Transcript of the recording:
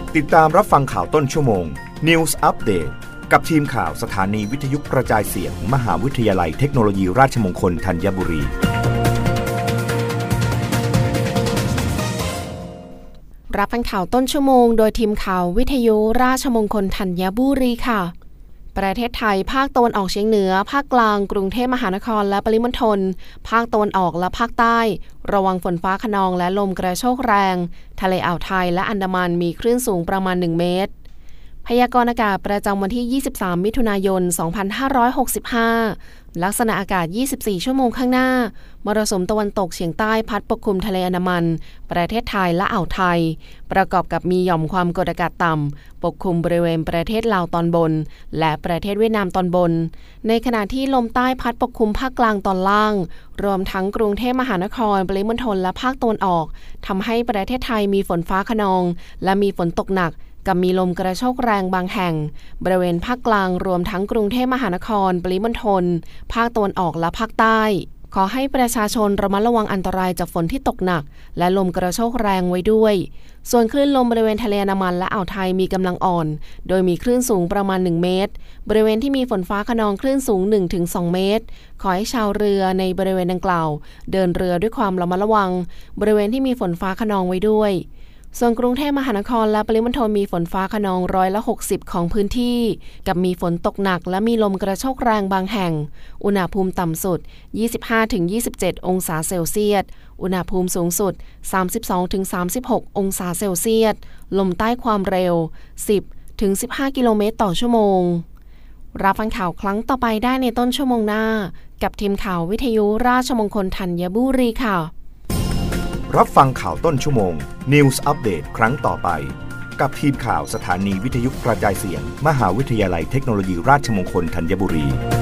ติดตามรับฟังข่าวต้นชั่วโมง News Update กับทีมข่าวสถานีวิทยุกระจายเสียง มหาวิทยาลัยเทคโนโลยีราชมงคลธัญบุรีรับฟังข่าวต้นชั่วโมงโดยทีมข่าววิทยุราชมงคลธัญบุรีค่ะประเทศไทยภาคตะวันออกเฉียงเหนือภาคกลางกรุงเทพมหานครและปริมณฑลภาคตะวันออกและภาคใต้ระวังฝนฟ้าคะนองและลมกระโชกแรงทะเลอ่าวไทยและอันดามันมีคลื่นสูงประมาณ1เมตรพยากรณ์อากาศประจำวันที่23มิถุนายน2565ลักษณะอากาศ24ชั่วโมงข้างหน้ามรสุมตะวันตกเฉียงใต้พัดปกคลุมทะเลอันดามันประเทศไทยและอ่าวไทยประกอบกับมีหย่อมความกดอากาศต่ำปกคลุมบริเวณประเทศลาวตอนบนและประเทศเวียดนามตอนบนในขณะที่ลมใต้พัดปกคลุมภาคกลางตอนล่างรวมทั้งกรุงเทพมหานครปริมณฑลและภาคตะวันออกทำให้ประเทศไทยมีฝนฟ้าคะนองและมีฝนตกหนักกับมีลมกระโชกแรงบางแห่งบริเวณภาคกลางรวมทั้งกรุงเทพมหานครปริมณฑลภาคตะวันออกและภาคใต้ขอให้ประชาชนระมัดระวังอันตรายจากฝนที่ตกหนักและลมกระโชกแรงไว้ด้วยส่วนคลื่นลมบริเวณทะเลอันดามันและอ่าวไทยมีกำลังอ่อนโดยมีคลื่นสูงประมาณ1เมตรบริเวณที่มีฝนฟ้าคะนองคลื่นสูง 1-2 เมตรขอให้ชาวเรือในบริเวณดังกล่าวเดินเรือด้วยความระมัดระวังบริเวณที่มีฝนฟ้าคะนองไว้ด้วยส่วนกรุงเทพมหานครและปริมณฑลมีฝนฟ้าคะนอง60%ของพื้นที่กับมีฝนตกหนักและมีลมกระโชกแรงบางแห่งอุณหภูมิต่ำสุด 25-27 องศาเซลเซียสอุณหภูมิสูงสุด 32-36 องศาเซลเซียสลมใต้ความเร็ว 10-15 กิโลเมตรต่อชั่วโมงรับฟังข่าวครั้งต่อไปได้ในต้นชั่วโมงหน้ากับทีมข่าววิทยุราชมงคลธัญบุรีค่ะรับฟังข่าวต้นชั่วโมง News Update ครั้งต่อไปกับทีมข่าวสถานีวิทยุกระจายเสียง มหาวิทยาลัยเทคโนโลยีราชมงคลธัญบุรี